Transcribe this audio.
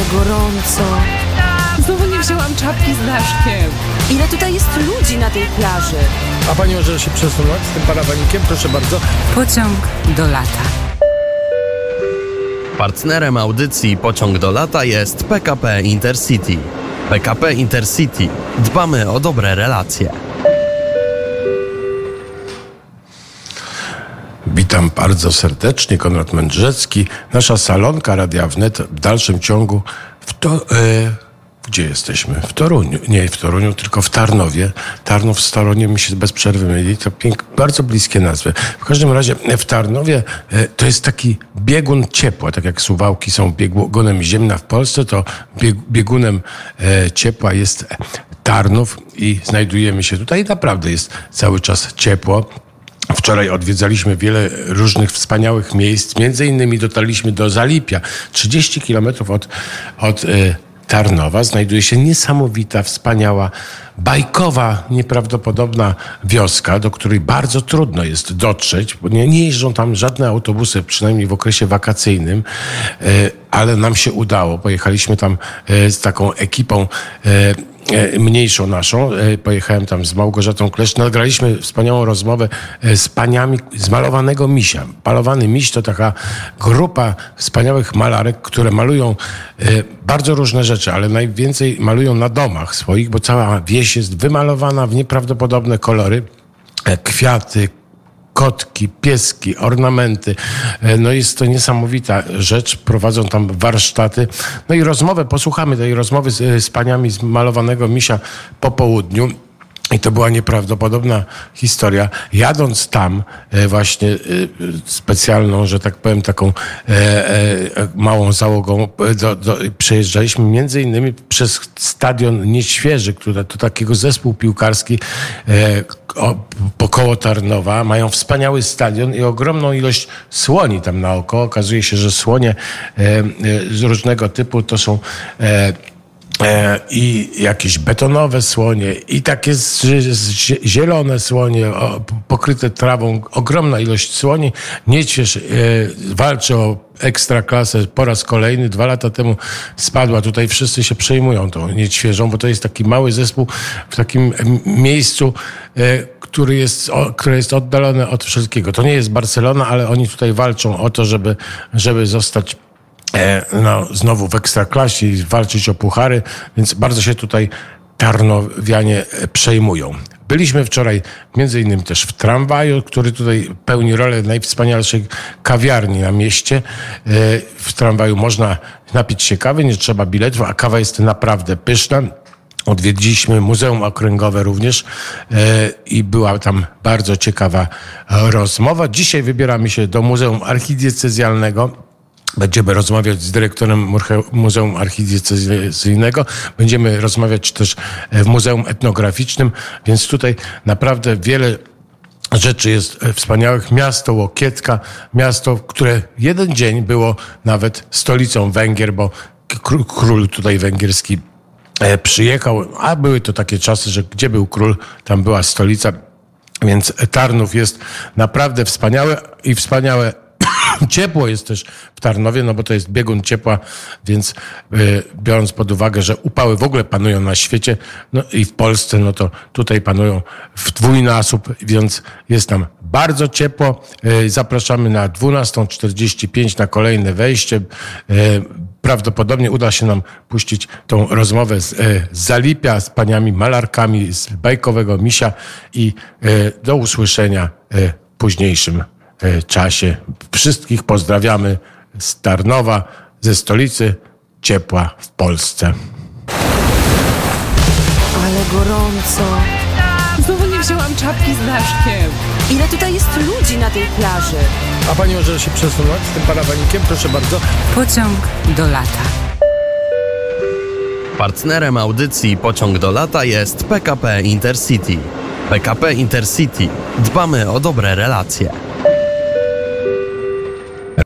gorąco. Znowu nie wzięłam czapki z daszkiem. Ile tutaj jest ludzi na tej plaży? A pani może się przesunąć z tym parawanikiem? Proszę bardzo. Pociąg do lata. Partnerem audycji Pociąg do lata jest PKP Intercity. PKP Intercity. Dbamy o dobre relacje. Witam bardzo serdecznie, Konrad Mędrzecki. Nasza salonka Radia Wnet w dalszym ciągu gdzie jesteśmy? W Toruniu. Nie w Toruniu, tylko w Tarnowie. Tarnów z Toroniem mi się bez przerwy myli. To bardzo bliskie nazwy. W każdym razie w Tarnowie to jest taki biegun ciepła. Tak jak Suwałki są biegunem ziemna w Polsce, to biegunem ciepła jest Tarnów i znajdujemy się tutaj. Naprawdę jest cały czas ciepło. Wczoraj odwiedzaliśmy wiele różnych wspaniałych miejsc. Między innymi dotarliśmy do Zalipia. 30 kilometrów od Tarnowa znajduje się niesamowita, wspaniała, bajkowa, nieprawdopodobna wioska, do której bardzo trudno jest dotrzeć, bo nie jeżdżą tam żadne autobusy, przynajmniej w okresie wakacyjnym, ale nam się udało. Pojechaliśmy tam z taką ekipą mniejszą naszą. Pojechałem tam z Małgorzatą Klesz. Nagraliśmy wspaniałą rozmowę z paniami z Malowanego Misia. Malowany Miś to taka grupa wspaniałych malarek, które malują bardzo różne rzeczy, ale najwięcej malują na domach swoich, bo cała wieś jest wymalowana w nieprawdopodobne kolory. Kwiaty, kotki, pieski, ornamenty. No jest to niesamowita rzecz. Prowadzą tam warsztaty. No i posłuchamy tej rozmowy z paniami z Malowanego Misia po południu. I to była nieprawdopodobna historia. Jadąc tam właśnie specjalną, że tak powiem, taką małą załogą, przejeżdżaliśmy między innymi przez stadion Nieświeży, który to takiego zespół piłkarski koło Tarnowa. Mają wspaniały stadion i ogromną ilość słoni tam naokoło. Okazuje się, że słonie z różnego typu to są i jakieś betonowe słonie, i takie zielone słonie pokryte trawą. Ogromna ilość słoni. Niedźwiedź walczy o ekstraklasę po raz kolejny. 2 lata temu spadła. Tutaj wszyscy się przejmują tą niedźwiedzią, bo to jest taki mały zespół w takim miejscu, które jest oddalone od wszystkiego. To nie jest Barcelona, ale oni tutaj walczą o to, żeby zostać znowu w ekstraklasie i walczyć o puchary, więc bardzo się tutaj tarnowianie przejmują. Byliśmy wczoraj między innymi też w tramwaju, który tutaj pełni rolę najwspanialszej kawiarni na mieście. W tramwaju można napić się kawy, nie trzeba biletów, a kawa jest naprawdę pyszna. Odwiedziliśmy Muzeum Okręgowe również i była tam bardzo ciekawa rozmowa. Dzisiaj wybieramy się do Muzeum Archidiecezjalnego. Będziemy rozmawiać z dyrektorem Muzeum Archidiecezyjnego. Będziemy rozmawiać też w Muzeum Etnograficznym, więc tutaj naprawdę wiele rzeczy jest wspaniałych. Miasto Łokietka, miasto, które jeden dzień było nawet stolicą Węgier, bo król tutaj węgierski przyjechał, a były to takie czasy, że gdzie był król, tam była stolica, więc Tarnów jest naprawdę wspaniały i wspaniałe. Ciepło jest też w Tarnowie, no bo to jest biegun ciepła, więc biorąc pod uwagę, że upały w ogóle panują na świecie, no i w Polsce, no to tutaj panują w dwójnasób, więc jest tam bardzo ciepło. Zapraszamy na 12:45 na kolejne wejście. Prawdopodobnie uda się nam puścić tą rozmowę z Zalipia, z paniami malarkami z Bajkowego Misia i do usłyszenia w późniejszym czasie. Wszystkich pozdrawiamy z Tarnowa, ze stolicy ciepła w Polsce. Ale gorąco. Znowu nie wzięłam czapki z daszkiem. Ile tutaj jest ludzi na tej plaży? A pani może się przesunąć z tym parawanikiem? Proszę bardzo. Pociąg do lata. Partnerem audycji Pociąg do lata jest PKP Intercity. PKP Intercity. Dbamy o dobre relacje.